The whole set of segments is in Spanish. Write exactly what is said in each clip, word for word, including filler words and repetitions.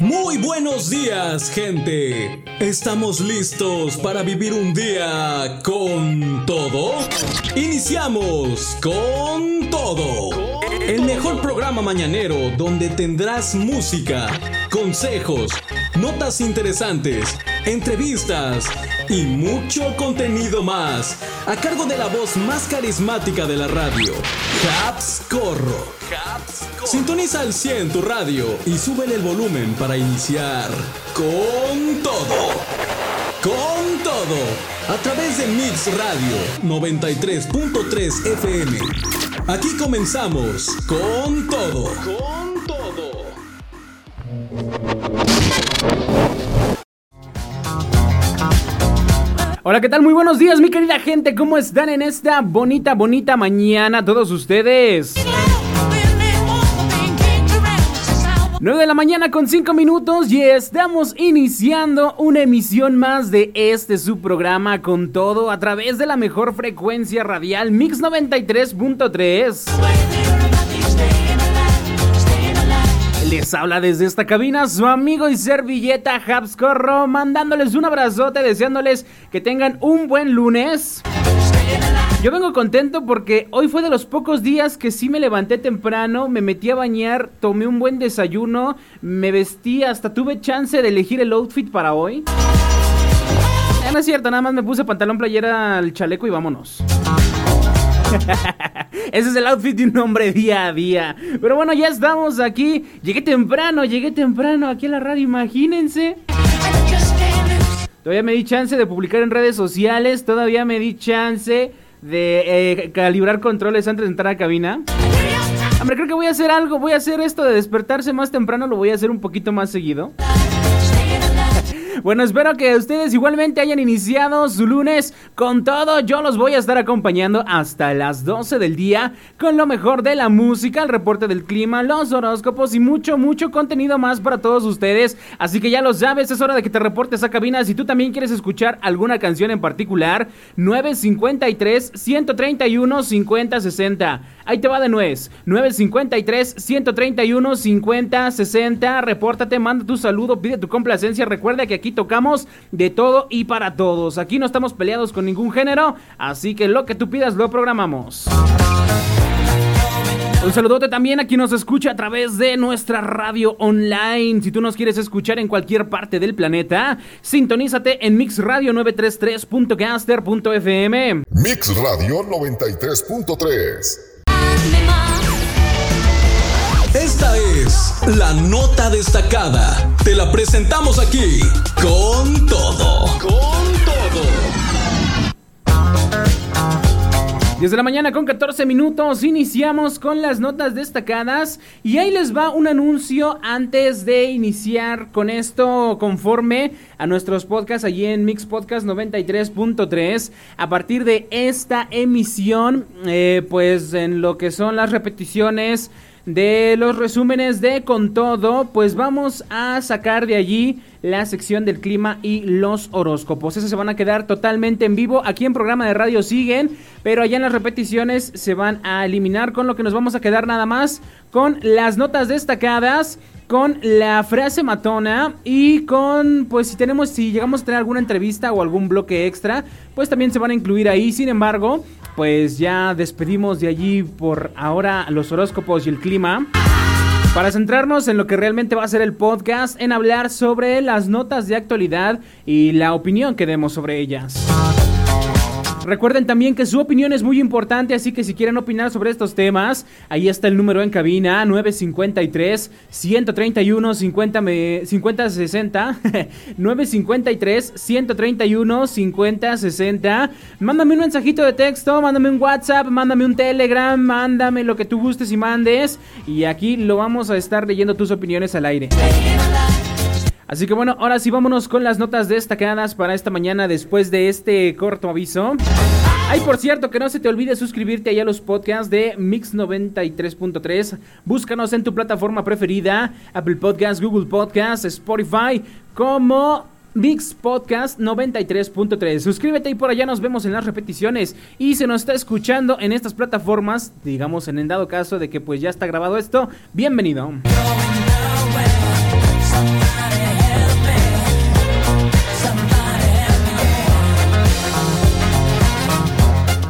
Muy buenos días, gente. ¿Estamos listos para vivir un día con todo? Iniciamos con todo. El mejor programa mañanero donde tendrás música, consejos, notas interesantes, entrevistas y mucho contenido más. A cargo de la voz más carismática de la radio, Habs Corro. Sintoniza al cien tu radio y súbele el volumen para iniciar con todo. Con todo. A través de Mix Radio noventa y tres punto tres F M. Aquí comenzamos con todo. Con todo. Hola, ¿qué tal? Muy buenos días, mi querida gente. ¿Cómo están en esta bonita, bonita mañana todos ustedes? nueve de la mañana con cinco minutos y estamos iniciando una emisión más de este su programa con todo a través de la mejor frecuencia radial Mix noventa y tres punto tres. Les habla desde esta cabina su amigo y servilleta Habs Corro, mandándoles un abrazote, deseándoles que tengan un buen lunes. Yo vengo contento porque hoy fue de los pocos días que sí me levanté temprano, me metí a bañar, tomé un buen desayuno, me vestí, hasta tuve chance de elegir el outfit para hoy. Eh, no es cierto, nada más me puse pantalón, playera, el chaleco y vámonos. Ese es el outfit de un hombre día a día. Pero bueno, ya estamos aquí. Llegué temprano, llegué temprano aquí a la radio, imagínense. Todavía me di chance de publicar en redes sociales. Todavía me di chance de eh, calibrar controles antes de entrar a cabina. Hombre, creo que voy a hacer algo. Voy a hacer esto de despertarse más temprano. Lo voy a hacer un poquito más seguido. Bueno, espero que ustedes igualmente hayan iniciado su lunes con todo. Yo los voy a estar acompañando hasta las doce del día con lo mejor de la música, el reporte del clima, los horóscopos y mucho, mucho contenido más para todos ustedes. Así que ya lo sabes, es hora de que te reportes a cabina. Si tú también quieres escuchar alguna canción en particular, nueve cinco tres, uno tres uno, cinco cero seis cero. Ahí te va de nuez, nueve cinco tres, uno tres uno, cinco cero seis cero. Repórtate, manda tu saludo, pide tu complacencia. Recuerda que aquí tocamos de todo y para todos. Aquí no estamos peleados con ningún género, así que lo que tú pidas lo programamos. Un saludote también a quien nos escucha a través de nuestra radio online. Si tú nos quieres escuchar en cualquier parte del planeta, sintonízate en Mix Radio novecientos treinta y tres punto caster punto F M. Mix Radio noventa y tres punto tres. Esta es la nota destacada. Te la presentamos aquí con todo. Con todo. diez de la mañana con catorce minutos, iniciamos con las notas destacadas y ahí les va un anuncio antes de iniciar con esto conforme a nuestros podcasts allí en Mix Podcast noventa y tres punto tres. A partir de esta emisión, eh, pues en lo que son las repeticiones de los resúmenes de Con Todo, pues vamos a sacar de allí la sección del clima y los horóscopos. Esos se van a quedar totalmente en vivo. Aquí en programa de radio siguen, pero allá en las repeticiones se van a eliminar, con lo que nos vamos a quedar nada más con las notas destacadas, con la frase matona y con, pues si tenemos, si llegamos a tener alguna entrevista o algún bloque extra, pues también se van a incluir ahí. Sin embargo, pues ya despedimos de allí por ahora los horóscopos y el clima, para centrarnos en lo que realmente va a ser el podcast, en hablar sobre las notas de actualidad y la opinión que demos sobre ellas. Recuerden también que su opinión es muy importante, así que si quieren opinar sobre estos temas, ahí está el número en cabina, nueve cinco tres, uno tres uno, cinco cero seis cero, nueve cinco tres, uno tres uno, cinco cero seis cero. Mándame un mensajito de texto, mándame un WhatsApp, mándame un Telegram, mándame lo que tú gustes y mandes, y aquí lo vamos a estar leyendo tus opiniones al aire. Así que bueno, ahora sí vámonos con las notas destacadas para esta mañana después de este corto aviso. Ay, por cierto, que no se te olvide suscribirte allá a los podcasts de Mix noventa y tres punto tres. Búscanos en tu plataforma preferida, Apple Podcasts, Google Podcasts, Spotify, como Mix Podcast noventa y tres punto tres. Suscríbete y por allá nos vemos en las repeticiones. Y se nos está escuchando en estas plataformas, digamos en el dado caso de que pues ya está grabado esto, bienvenido.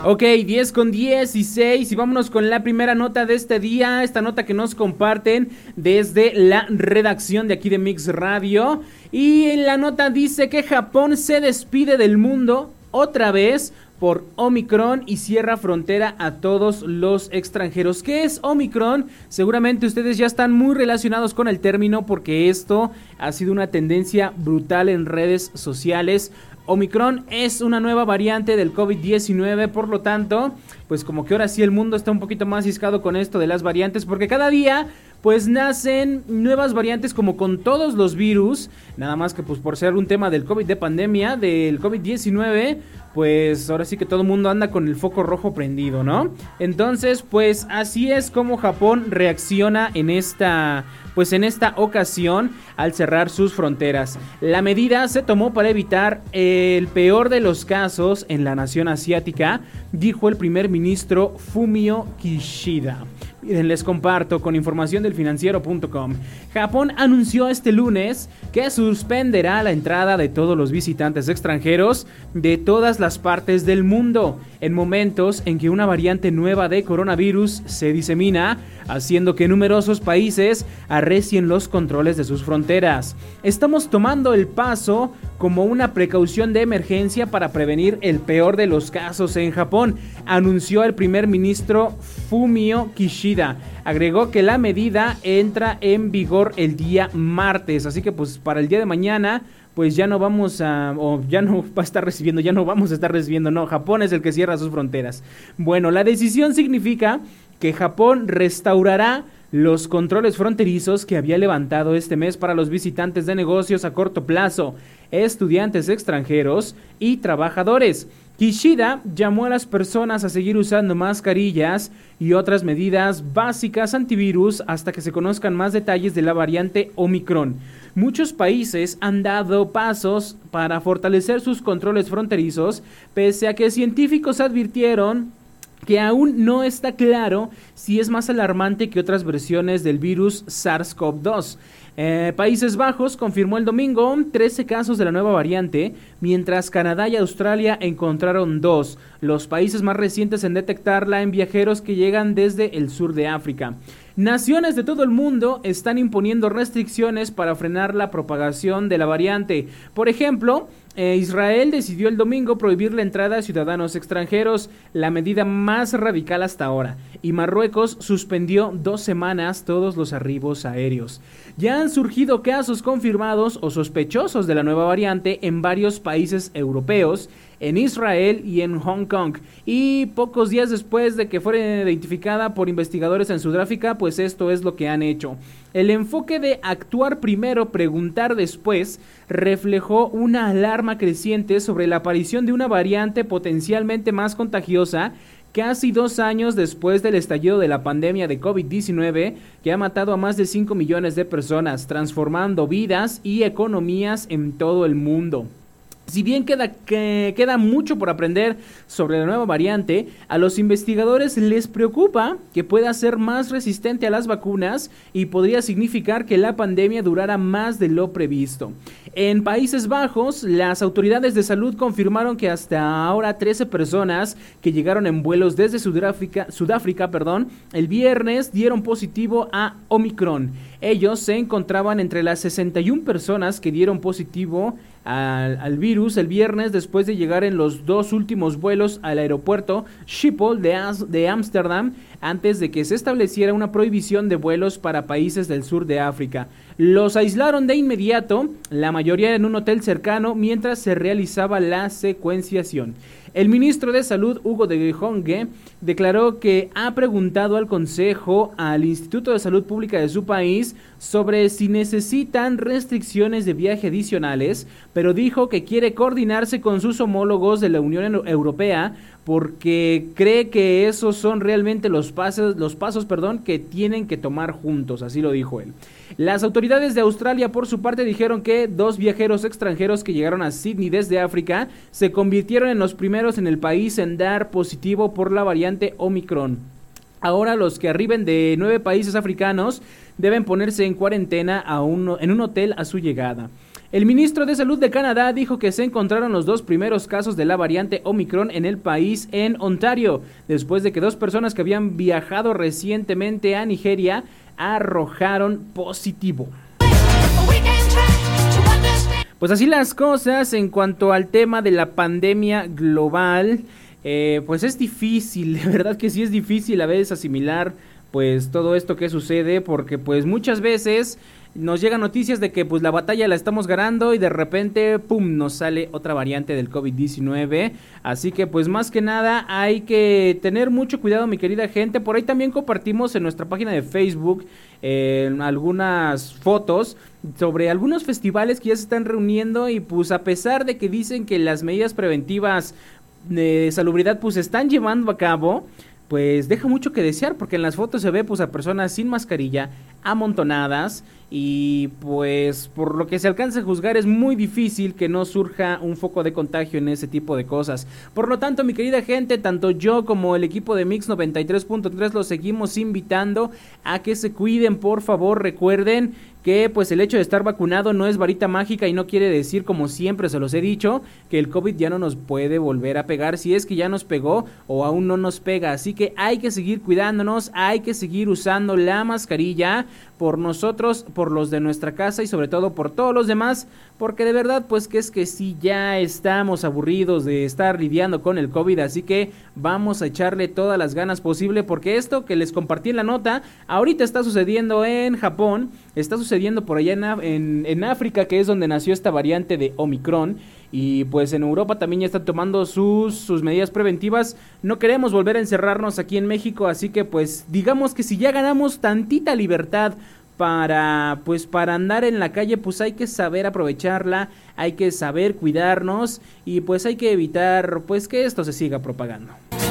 Ok, diez con dieciséis y vámonos con la primera nota de este día, esta nota que nos comparten desde la redacción de aquí de Mix Radio. Y la nota dice que Japón se despide del mundo otra vez por Omicron y cierra frontera a todos los extranjeros. ¿Qué es Omicron? Seguramente ustedes ya están muy relacionados con el término porque esto ha sido una tendencia brutal en redes sociales. Omicron es una nueva variante del covid diecinueve, por lo tanto, pues como que ahora sí el mundo está un poquito más ciscado con esto de las variantes, porque cada día pues nacen nuevas variantes como con todos los virus, nada más que pues por ser un tema del COVID de pandemia, del covid diecinueve, pues ahora sí que todo el mundo anda con el foco rojo prendido, ¿no? Entonces, pues así es como Japón reacciona en esta, pues en esta ocasión al cerrar sus fronteras. La medida se tomó para evitar el peor de los casos en la nación asiática, dijo el primer ministro Fumio Kishida. Miren, les comparto con información del financiero punto com. Japón anunció este lunes que suspenderá la entrada de todos los visitantes extranjeros de todas las partes del mundo en momentos en que una variante nueva de coronavirus se disemina, haciendo que numerosos países arrecien los controles de sus fronteras. Estamos tomando el paso como una precaución de emergencia para prevenir el peor de los casos en Japón, anunció el primer ministro Fumio Kishida. Agregó que la medida entra en vigor el día martes, así que pues para el día de mañana pues ya no vamos a, o ya no va a estar recibiendo, ya no vamos a estar recibiendo, no, Japón es el que cierra sus fronteras. Bueno, la decisión significa que Japón restaurará los controles fronterizos que había levantado este mes para los visitantes de negocios a corto plazo, estudiantes extranjeros y trabajadores. Kishida llamó a las personas a seguir usando mascarillas y otras medidas básicas antivirus hasta que se conozcan más detalles de la variante Omicron. Muchos países han dado pasos para fortalecer sus controles fronterizos, pese a que científicos advirtieron que aún no está claro si es más alarmante que otras versiones del virus SARS-CoV dos. Eh, Países Bajos confirmó el domingo trece casos de la nueva variante, mientras Canadá y Australia encontraron dos, los países más recientes en detectarla en viajeros que llegan desde el sur de África. Naciones de todo el mundo están imponiendo restricciones para frenar la propagación de la variante. Por ejemplo, eh, Israel decidió el domingo prohibir la entrada a ciudadanos extranjeros, la medida más radical hasta ahora, y Marruecos suspendió dos semanas todos los arribos aéreos. Ya han surgido casos confirmados o sospechosos de la nueva variante en varios países europeos, en Israel y en Hong Kong, y pocos días después de que fuera identificada por investigadores en Sudáfrica, pues esto es lo que han hecho. El enfoque de actuar primero, preguntar después, reflejó una alarma creciente sobre la aparición de una variante potencialmente más contagiosa casi dos años después del estallido de la pandemia de covid diecinueve, que ha matado a más de cinco millones de personas, transformando vidas y economías en todo el mundo. Si bien queda, que, queda mucho por aprender sobre la nueva variante, a los investigadores les preocupa que pueda ser más resistente a las vacunas y podría significar que la pandemia durara más de lo previsto. En Países Bajos, las autoridades de salud confirmaron que hasta ahora trece personas que llegaron en vuelos desde Sudáfrica, Sudáfrica, perdón, el viernes dieron positivo a Omicron. Ellos se encontraban entre las sesenta y una personas que dieron positivo al, al virus el viernes después de llegar en los dos últimos vuelos al aeropuerto Schiphol de Ámsterdam antes de que se estableciera una prohibición de vuelos para países del sur de África. Los aislaron de inmediato, la mayoría en un hotel cercano, mientras se realizaba la secuenciación. El ministro de Salud, Hugo de Jonge, declaró que ha preguntado al Consejo, al Instituto de Salud Pública de su país, sobre si necesitan restricciones de viaje adicionales, pero dijo que quiere coordinarse con sus homólogos de la Unión Europea porque cree que esos son realmente los pasos, los pasos, perdón, que tienen que tomar juntos, así lo dijo él. Las autoridades de Australia, por su parte, dijeron que dos viajeros extranjeros que llegaron a Sydney desde África se convirtieron en los primeros en el país en dar positivo por la variante Omicron. Ahora los que arriben de nueve países africanos deben ponerse en cuarentena a un, en un hotel a su llegada. El ministro de Salud de Canadá dijo que se encontraron los dos primeros casos de la variante Omicron en el país en Ontario, después de que dos personas que habían viajado recientemente a Nigeria arrojaron positivo. Pues así las cosas en cuanto al tema de la pandemia global. Eh, pues es difícil, de verdad que sí es difícil a veces asimilar pues todo esto que sucede, porque pues muchas veces nos llegan noticias de que pues la batalla la estamos ganando y de repente pum, nos sale otra variante del covid diecinueve, así que pues más que nada hay que tener mucho cuidado, mi querida gente. Por ahí también compartimos en nuestra página de Facebook eh, algunas fotos sobre algunos festivales que ya se están reuniendo y pues a pesar de que dicen que las medidas preventivas de salubridad pues se están llevando a cabo, pues deja mucho que desear, porque en las fotos se ve pues a personas sin mascarilla, amontonadas, y pues por lo que se alcanza a juzgar es muy difícil que no surja un foco de contagio en ese tipo de cosas. Por lo tanto, mi querida gente, tanto yo como el equipo de Mix noventa y tres punto tres los seguimos invitando a que se cuiden, por favor. Recuerden que pues el hecho de estar vacunado no es varita mágica y no quiere decir, como siempre se los he dicho, que el COVID ya no nos puede volver a pegar, si es que ya nos pegó o aún no nos pega. Así que hay que seguir cuidándonos, hay que seguir usando la mascarilla por nosotros, por los de nuestra casa y sobre todo por todos los demás, porque de verdad pues que es que sí, ya estamos aburridos de estar lidiando con el COVID, así que vamos a echarle todas las ganas posible, porque esto que les compartí en la nota ahorita está sucediendo en Japón, está sucediendo por allá en, en, en África, que es donde nació esta variante de Omicron, y pues en Europa también ya están tomando sus, sus medidas preventivas. No queremos volver a encerrarnos aquí en México, así que pues digamos que si ya ganamos tantita libertad para pues para andar en la calle, pues hay que saber aprovecharla, hay que saber cuidarnos y pues hay que evitar pues que esto se siga propagando.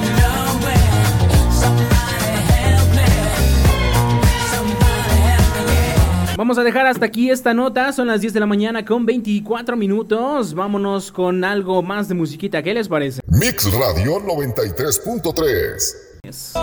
Vamos a dejar hasta aquí esta nota, son las diez de la mañana con veinticuatro minutos, vámonos con algo más de musiquita, ¿qué les parece? Mix Radio noventa y tres punto tres. Yes.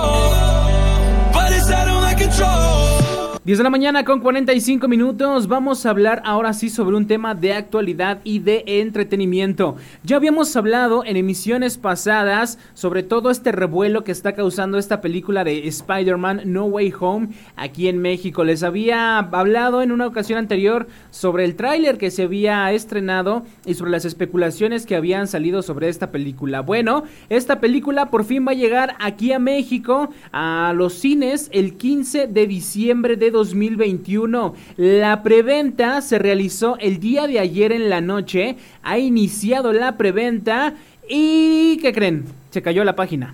diez de la mañana con cuarenta y cinco minutos, vamos a hablar ahora sí sobre un tema de actualidad y de entretenimiento. Ya habíamos hablado en emisiones pasadas sobre todo este revuelo que está causando esta película de Spider-Man No Way Home aquí en México. Les había hablado en una ocasión anterior sobre el tráiler que se había estrenado y sobre las especulaciones que habían salido sobre esta película. Bueno, esta película por fin va a llegar aquí a México, a los cines, el quince de diciembre de dos mil veintiuno. La preventa se realizó el día de ayer en la noche, ha iniciado la preventa y ¿qué creen? Se cayó la página.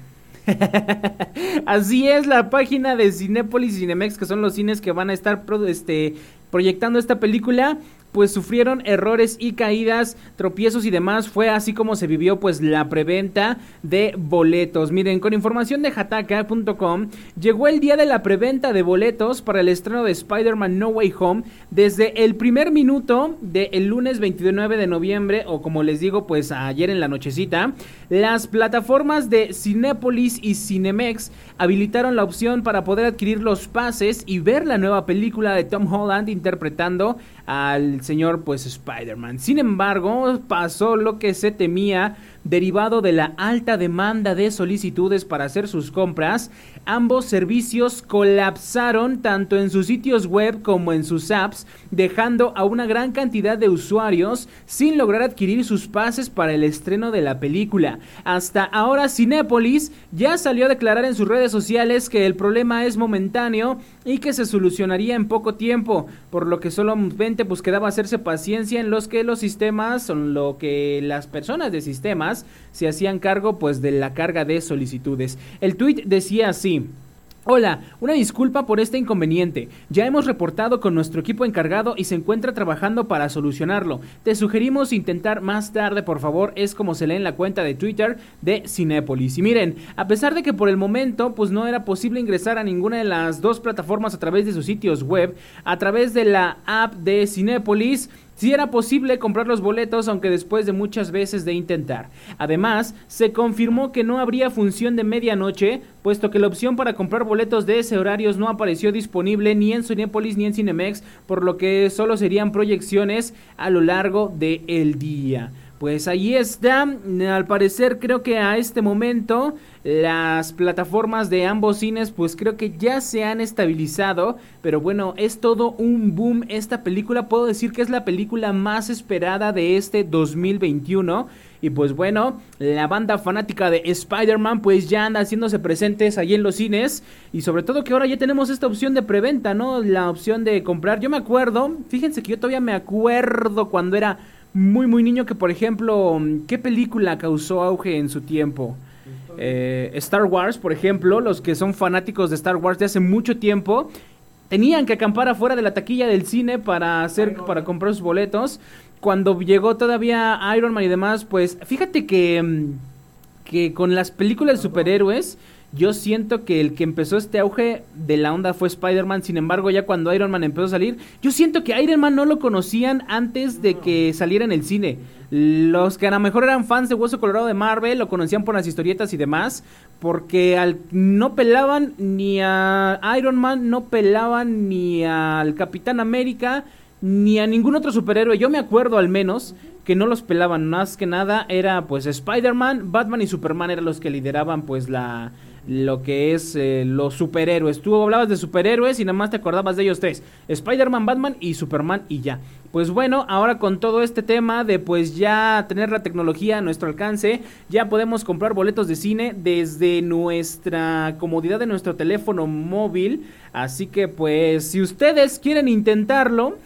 Así es, la página de Cinépolis y Cinemex, que son los cines que van a estar este, proyectando esta película, pues sufrieron errores y caídas, tropiezos y demás. Fue así como se vivió pues la preventa de boletos. Miren, con información de Hataka punto com, llegó el día de la preventa de boletos para el estreno de Spider-Man No Way Home desde el primer minuto del lunes veintinueve de noviembre, o como les digo pues ayer en la nochecita. Las plataformas de Cinépolis y Cinemex habilitaron la opción para poder adquirir los pases y ver la nueva película de Tom Holland interpretando al señor pues Spider-Man. Sin embargo, pasó lo que se temía derivado de la alta demanda de solicitudes para hacer sus compras. Ambos servicios colapsaron tanto en sus sitios web como en sus apps, dejando a una gran cantidad de usuarios sin lograr adquirir sus pases para el estreno de la película. Hasta ahora Cinépolis ya salió a declarar en sus redes sociales que el problema es momentáneo y que se solucionaría en poco tiempo, por lo que solamente pues quedaba hacerse paciencia en los que los sistemas, son lo que las personas de sistemas se hacían cargo pues de la carga de solicitudes. El tuit decía así: hola, una disculpa por este inconveniente. Ya hemos reportado con nuestro equipo encargado y se encuentra trabajando para solucionarlo. Te sugerimos intentar más tarde, por favor. Es como se lee en la cuenta de Twitter de Cinépolis. Y miren, a pesar de que por el momento pues no era posible ingresar a ninguna de las dos plataformas a través de sus sitios web, a través de la app de Cinépolis, sí era posible comprar los boletos, aunque después de muchas veces de intentar. Además, se confirmó que no habría función de medianoche, puesto que la opción para comprar boletos de ese horario no apareció disponible ni en Cinépolis ni en Cinemex, por lo que solo serían proyecciones a lo largo del día. Pues ahí está, al parecer creo que a este momento las plataformas de ambos cines pues creo que ya se han estabilizado, pero bueno, es todo un boom esta película, puedo decir que es la película más esperada de este dos mil veintiuno. Y pues bueno, la banda fanática de Spider-Man pues ya anda haciéndose presentes ahí en los cines. Y sobre todo que ahora ya tenemos esta opción de preventa, ¿no? La opción de comprar. Yo me acuerdo, fíjense que yo todavía me acuerdo cuando era muy muy niño que, por ejemplo, ¿qué película causó auge en su tiempo? Eh, Star Wars, por ejemplo, los que son fanáticos de Star Wars de hace mucho tiempo tenían que acampar afuera de la taquilla del cine para hacer, para comprar sus boletos. Cuando llegó todavía Iron Man y demás, pues fíjate que, que con las películas de superhéroes, yo siento que el que empezó este auge de la onda fue Spider-Man. Sin embargo, ya cuando Iron Man empezó a salir, yo siento que Iron Man no lo conocían antes de que saliera en el cine. Los que a lo mejor eran fans de Hueso Colorado de Marvel lo conocían por las historietas y demás, porque al, no pelaban ni a Iron Man, no pelaban ni al Capitán América, ni a ningún otro superhéroe. Yo me acuerdo al menos que no los pelaban, más que nada era pues Spider-Man, Batman y Superman eran los que lideraban pues la... lo que es eh, los superhéroes. Tú hablabas de superhéroes y nada más te acordabas de ellos tres: Spider-Man, Batman y Superman, y ya. Pues bueno, ahora con todo este tema de pues ya tener la tecnología a nuestro alcance, ya podemos comprar boletos de cine desde nuestra comodidad de nuestro teléfono móvil. Así que pues si ustedes quieren intentarlo,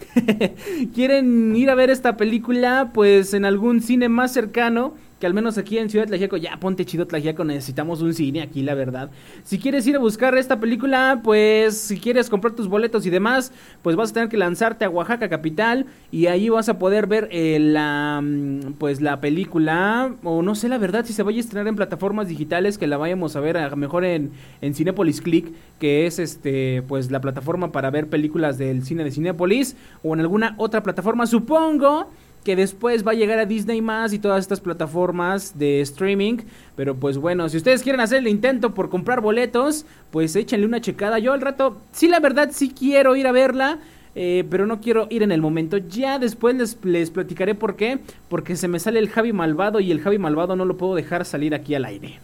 quieren ir a ver esta película pues en algún cine más cercano, que al menos aquí en Ciudad Tlaxiaco, ya ponte chido Tlaxiaco, necesitamos un cine aquí, la verdad. Si quieres ir a buscar esta película, pues si quieres comprar tus boletos y demás, pues vas a tener que lanzarte a Oaxaca capital y ahí vas a poder ver eh, la pues la película, o no sé la verdad si se vaya a estrenar en plataformas digitales, que la vayamos a ver a lo mejor en, en Cinépolis Click, que es este pues la plataforma para ver películas del cine de Cinépolis, o en alguna otra plataforma, supongo que después va a llegar a Disney más y todas estas plataformas de streaming. Pero pues bueno, si ustedes quieren hacer el intento por comprar boletos, pues échenle una checada. Yo al rato, sí, la verdad sí quiero ir a verla, eh, pero no quiero ir en el momento. Ya después les, les platicaré por qué. Porque se me sale el Javi Malvado y el Javi Malvado no lo puedo dejar salir aquí al aire.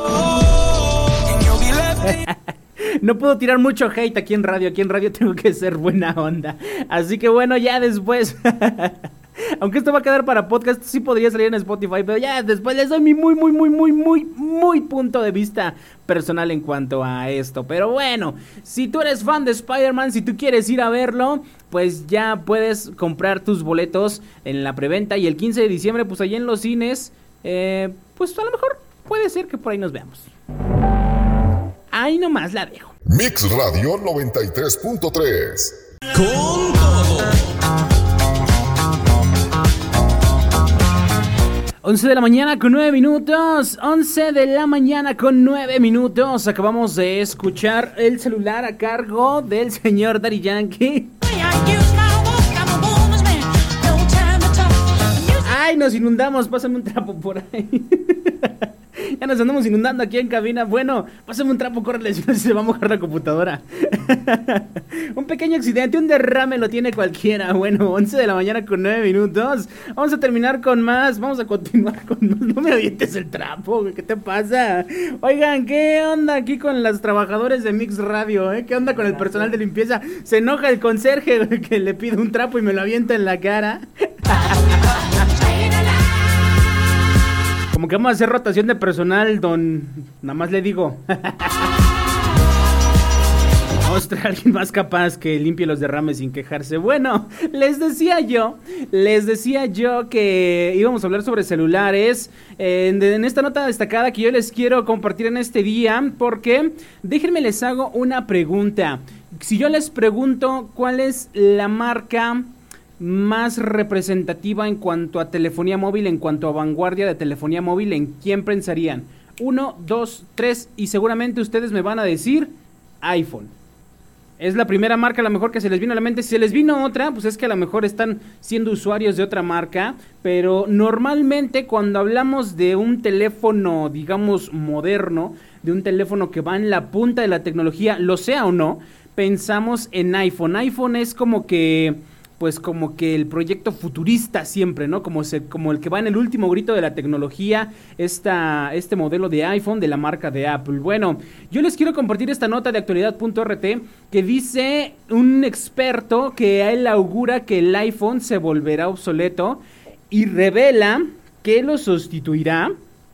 No puedo tirar mucho hate aquí en radio. Aquí en radio tengo que ser buena onda. Así que bueno, ya después... Aunque esto va a quedar para podcast, sí podría salir en Spotify, pero ya después les doy mi muy, muy, muy, muy, muy, muy punto de vista personal en cuanto a esto. Pero bueno, si tú eres fan de Spider-Man, si tú quieres ir a verlo, pues ya puedes comprar tus boletos en la preventa. Y el quince de diciembre, pues allí en los cines, eh, pues a lo mejor puede ser que por ahí nos veamos. Ahí nomás la dejo. Mix Radio noventa y tres punto tres. Con todo. once de la mañana con nueve minutos, once de la mañana con nueve minutos. Acabamos de escuchar El celular a cargo del señor Daddy Yankee. Ay, nos inundamos, pásame un trapo por ahí. Ya nos andamos inundando aquí en cabina. Bueno, pásame un trapo, córrele, si no se va a mojar la computadora. Un pequeño accidente, un derrame lo tiene cualquiera. Bueno, once de la mañana con nueve minutos. Vamos a terminar con más, vamos a continuar con más. No me avientes el trapo, ¿qué te pasa? Oigan, ¿qué onda aquí con los trabajadores de Mix Radio? ¿eh? ¿Qué onda con el personal de limpieza? Se enoja el conserje que le pide un trapo y me lo avienta en la cara. Como que vamos a hacer rotación de personal, don... Nada más le digo. Vamos a traer a alguien más capaz que limpie los derrames sin quejarse. Bueno, les decía yo, les decía yo que íbamos a hablar sobre celulares. Eh, en, en esta nota destacada que yo les quiero compartir en este día, porque déjenme les hago una pregunta. Si yo les pregunto cuál es la marca más representativa en cuanto a telefonía móvil, en cuanto a vanguardia de telefonía móvil, ¿en quién pensarían? Uno, dos, tres, y seguramente ustedes me van a decir iPhone. es la primera marca a lo mejor que se les vino a la mente. Si se les vino otra, pues es que a lo mejor están siendo usuarios de otra marca, pero normalmente cuando hablamos de un teléfono, digamos, moderno, de un teléfono que va en la punta de la tecnología, lo sea o no, pensamos en iPhone. iPhone es como que... pues como que el proyecto futurista siempre, ¿no? Como, se, como el que va en el último grito de la tecnología, esta, este modelo de iPhone de la marca de Apple. Bueno, yo les quiero compartir esta nota de actualidad punto r t que dice un experto que él augura que el iPhone se volverá obsoleto y revela que lo sustituirá.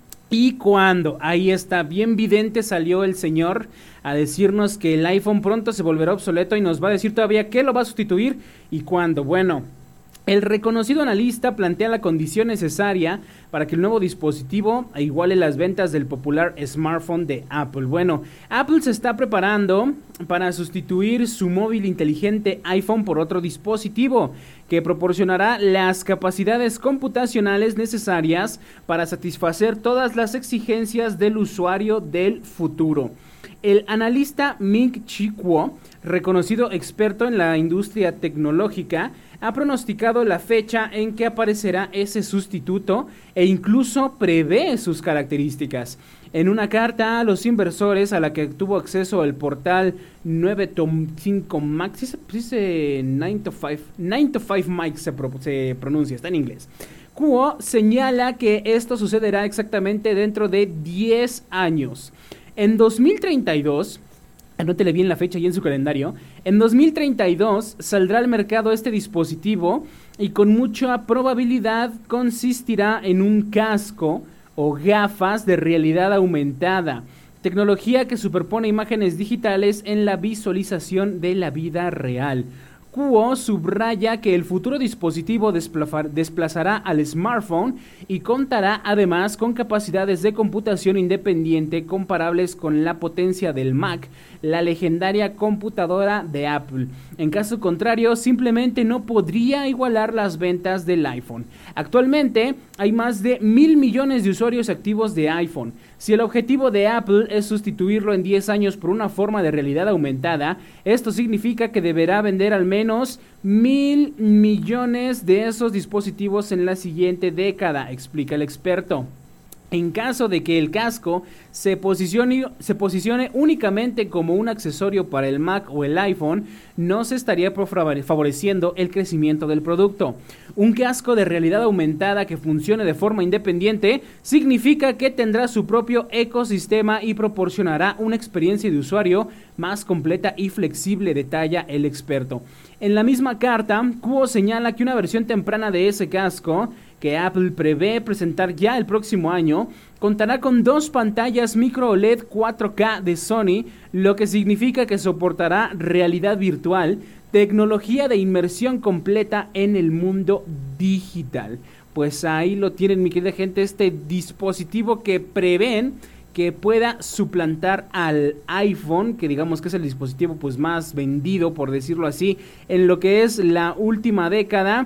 ¿Y cuándo? Ahí está, bien vidente salió el señor a decirnos que el iPhone pronto se volverá obsoleto y nos va a decir todavía qué lo va a sustituir y cuándo. Bueno, el reconocido analista plantea la condición necesaria para que el nuevo dispositivo iguale las ventas del popular smartphone de Apple. Bueno, Apple se está preparando para sustituir su móvil inteligente iPhone por otro dispositivo que proporcionará las capacidades computacionales necesarias para satisfacer todas las exigencias del usuario del futuro. El analista Ming-Chi Kuo, reconocido experto en la industria tecnológica, ha pronosticado la fecha en que aparecerá ese sustituto e incluso prevé sus características. En una carta a los inversores a la que tuvo acceso el portal nueve to cinco Max, ¿sí se dice nueve to cinco? nueve to cinco Mike se, pro, se pronuncia, está en inglés. Kuo señala que esto sucederá exactamente dentro de diez años. En dos mil treinta y dos... anótele bien la fecha y en su calendario. En dos mil treinta y dos saldrá al mercado este dispositivo y con mucha probabilidad consistirá en un casco o gafas de realidad aumentada, tecnología que superpone imágenes digitales en la visualización de la vida real. Kuo subraya que el futuro dispositivo desplazará al smartphone y contará además con capacidades de computación independiente comparables con la potencia del Mac, la legendaria computadora de Apple. En caso contrario, simplemente no podría igualar las ventas del iPhone. Actualmente hay más de mil millones de usuarios activos de iPhone. Si el objetivo de Apple es sustituirlo en diez años por una forma de realidad aumentada, esto significa que deberá vender al menos mil millones de esos dispositivos en la siguiente década, explica el experto. En caso de que el casco se posicione, se posicione únicamente como un accesorio para el Mac o el iPhone, no se estaría favoreciendo el crecimiento del producto. Un casco de realidad aumentada que funcione de forma independiente significa que tendrá su propio ecosistema y proporcionará una experiencia de usuario más completa y flexible, detalla el experto. En la misma carta, Kuo señala que una versión temprana de ese casco, que Apple prevé presentar ya el próximo año, contará con dos pantallas micro O L E D cuatro K de Sony, lo que significa que soportará realidad virtual, tecnología de inmersión completa en el mundo digital. Pues ahí lo tienen, mi querida gente, este dispositivo que prevén que pueda suplantar al iPhone, que digamos que es el dispositivo pues más vendido, por decirlo así, en lo que es la última década.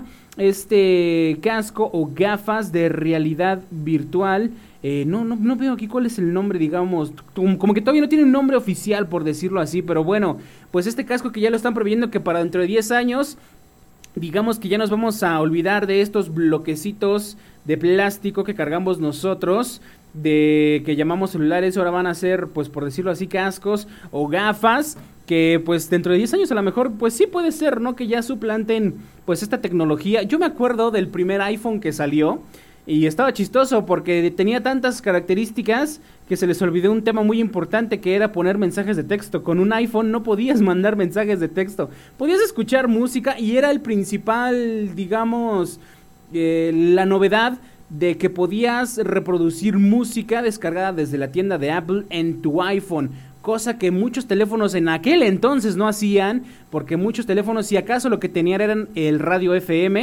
Este casco o gafas de realidad virtual, eh, no, no, no veo aquí cuál es el nombre, digamos, como que todavía no tiene un nombre oficial, por decirlo así, pero bueno, pues este casco que ya lo están previendo que para dentro de diez años, digamos que ya nos vamos a olvidar de estos bloquecitos de plástico que cargamos nosotros, de que llamamos celulares, ahora van a ser, pues por decirlo así, cascos o gafas, que pues dentro de diez años a lo mejor, pues sí puede ser, ¿no? Que ya suplanten pues esta tecnología. Yo me acuerdo del primer iPhone que salió y estaba chistoso porque tenía tantas características que se les olvidó un tema muy importante, que era poner mensajes de texto. Con un iPhone no podías mandar mensajes de texto, podías escuchar música y era el principal, digamos, eh, la novedad de que podías reproducir música descargada desde la tienda de Apple en tu iPhone, cosa que muchos teléfonos en aquel entonces no hacían, porque muchos teléfonos, si acaso lo que tenían eran el radio F M,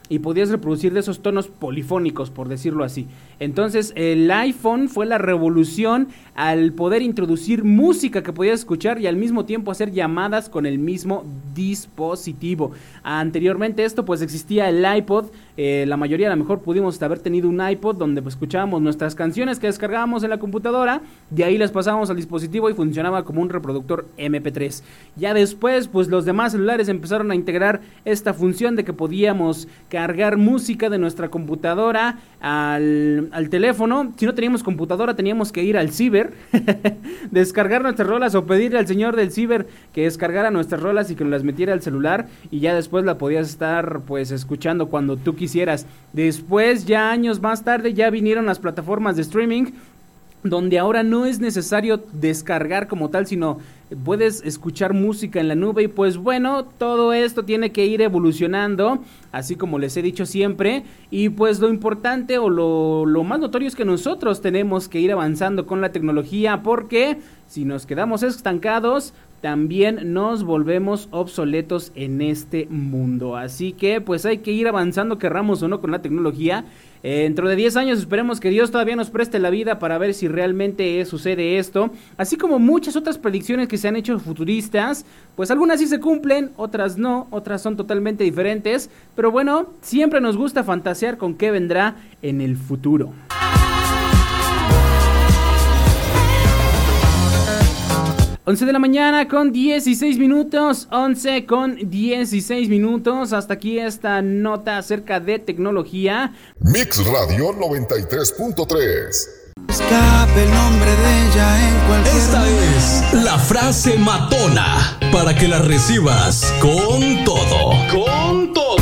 y podías reproducir de esos tonos polifónicos, por decirlo así. Entonces el iPhone fue la revolución al poder introducir música que podías escuchar y al mismo tiempo hacer llamadas con el mismo dispositivo. Anteriormente esto pues existía el iPod, eh, la mayoría a lo mejor pudimos haber tenido un iPod donde pues, escuchábamos nuestras canciones que descargábamos en la computadora, de ahí las pasábamos al dispositivo y funcionaba como un reproductor eme pe tres. Ya después pues los demás celulares empezaron a integrar esta función de que podíamos cargar música de nuestra computadora al, al teléfono. Si no teníamos computadora teníamos que ir al ciber, descargar nuestras rolas o pedirle al señor del ciber que descargara nuestras rolas y que nos las metiera al celular y ya después la podías estar pues escuchando cuando tú quisieras. Después, ya años más tarde, ya vinieron las plataformas de streaming, donde ahora no es necesario descargar como tal, sino puedes escuchar música en la nube. Y pues bueno, todo esto tiene que ir evolucionando, así como les he dicho siempre, y pues lo importante o lo, lo más notorio es que nosotros tenemos que ir avanzando con la tecnología, porque si nos quedamos estancados, también nos volvemos obsoletos en este mundo. Así que pues hay que ir avanzando, querramos o no, con la tecnología. Eh, dentro de diez años esperemos que Dios todavía nos preste la vida para ver si realmente sucede esto. Así como muchas otras predicciones que se han hecho futuristas, pues algunas sí se cumplen, otras no, otras son totalmente diferentes. Pero bueno, siempre nos gusta fantasear con qué vendrá en el futuro. once de la mañana con dieciséis minutos, once con dieciséis minutos, hasta aquí esta nota acerca de tecnología. Mix Radio noventa y tres punto tres. Escape el nombre de ella en cualquier Esta momento. es la frase matona, para que la recibas con todo, con todo.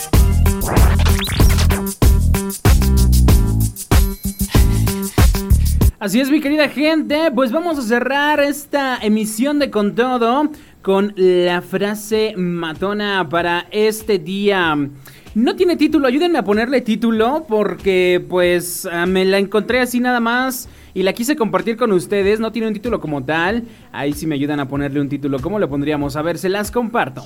Así es, mi querida gente, pues vamos a cerrar esta emisión de Con Todo con la frase matona para este día. No tiene título, ayúdenme a ponerle título porque pues me la encontré así nada más y la quise compartir con ustedes. No tiene un título como tal, ahí sí me ayudan a ponerle un título. ¿Cómo le pondríamos? A ver, se las comparto.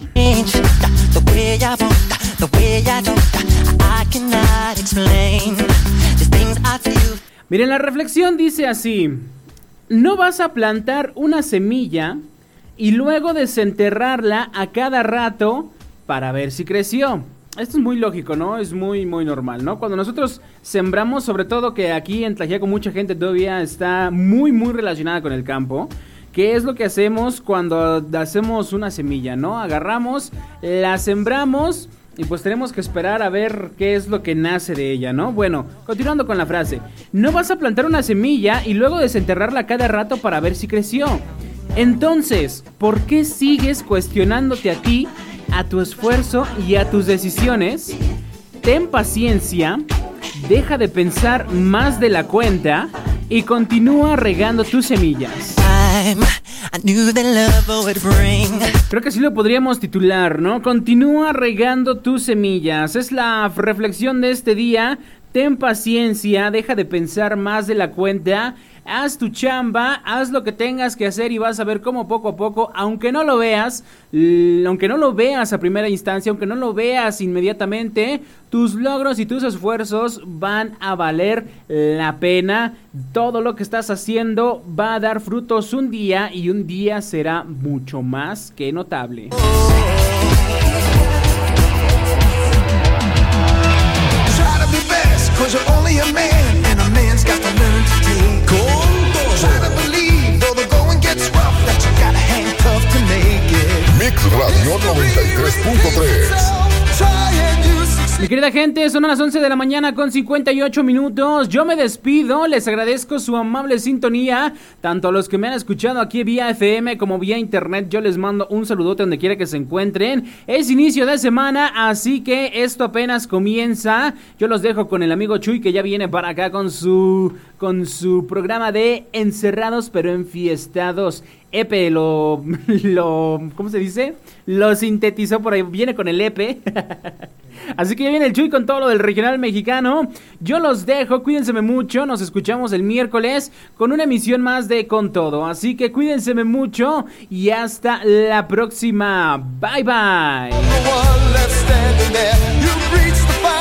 Miren, la reflexión dice así: no vas a plantar una semilla y luego desenterrarla a cada rato para ver si creció. Esto es muy lógico, ¿no? Es muy, muy normal, ¿no? Cuando nosotros sembramos, sobre todo que aquí en Tlaxiaco mucha gente todavía está muy, muy relacionada con el campo. ¿Qué es lo que hacemos cuando hacemos una semilla, no? Agarramos, la sembramos y pues tenemos que esperar a ver qué es lo que nace de ella, ¿no? Bueno, continuando con la frase. No vas a plantar una semilla y luego desenterrarla cada rato para ver si creció. Entonces, ¿por qué sigues cuestionándote a ti, a tu esfuerzo y a tus decisiones? Ten paciencia, deja de pensar más de la cuenta y continúa regando tus semillas. Creo que así lo podríamos titular, ¿no? Continúa regando tus semillas. Es la reflexión de este día. Ten paciencia, deja de pensar más de la cuenta. Haz tu chamba, haz lo que tengas que hacer y vas a ver cómo poco a poco, aunque no lo veas, l- aunque no lo veas a primera instancia, aunque no lo veas inmediatamente, tus logros y tus esfuerzos van a valer la pena. Todo lo que estás haciendo va a dar frutos un día y un día será mucho más que notable. Mix Radio noventa y tres punto tres. Mi querida gente, son las once de la mañana con cincuenta y ocho minutos. Yo me despido, les agradezco su amable sintonía. Tanto a los que me han escuchado aquí vía F M como vía internet, yo les mando un saludote donde quiera que se encuentren. Es inicio de semana, así que esto apenas comienza. Yo los dejo con el amigo Chuy, que ya viene para acá con su, con su programa de Encerrados pero Enfiestados. Epe lo, lo, ¿cómo se dice? Lo sintetizó por ahí, viene con el Epe. Así que ya viene el Chuy con todo lo del regional mexicano. Yo los dejo, cuídense mucho, nos escuchamos el miércoles con una emisión más de Con Todo. Así que cuídense mucho y hasta la próxima. Bye bye.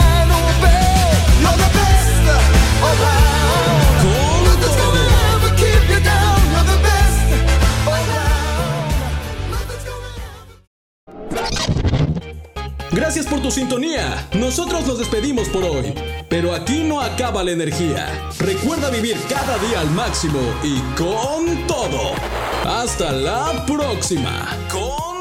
Gracias por tu sintonía. Nosotros nos despedimos por hoy, pero aquí no acaba la energía. Recuerda vivir cada día al máximo y con todo. Hasta la próxima. Con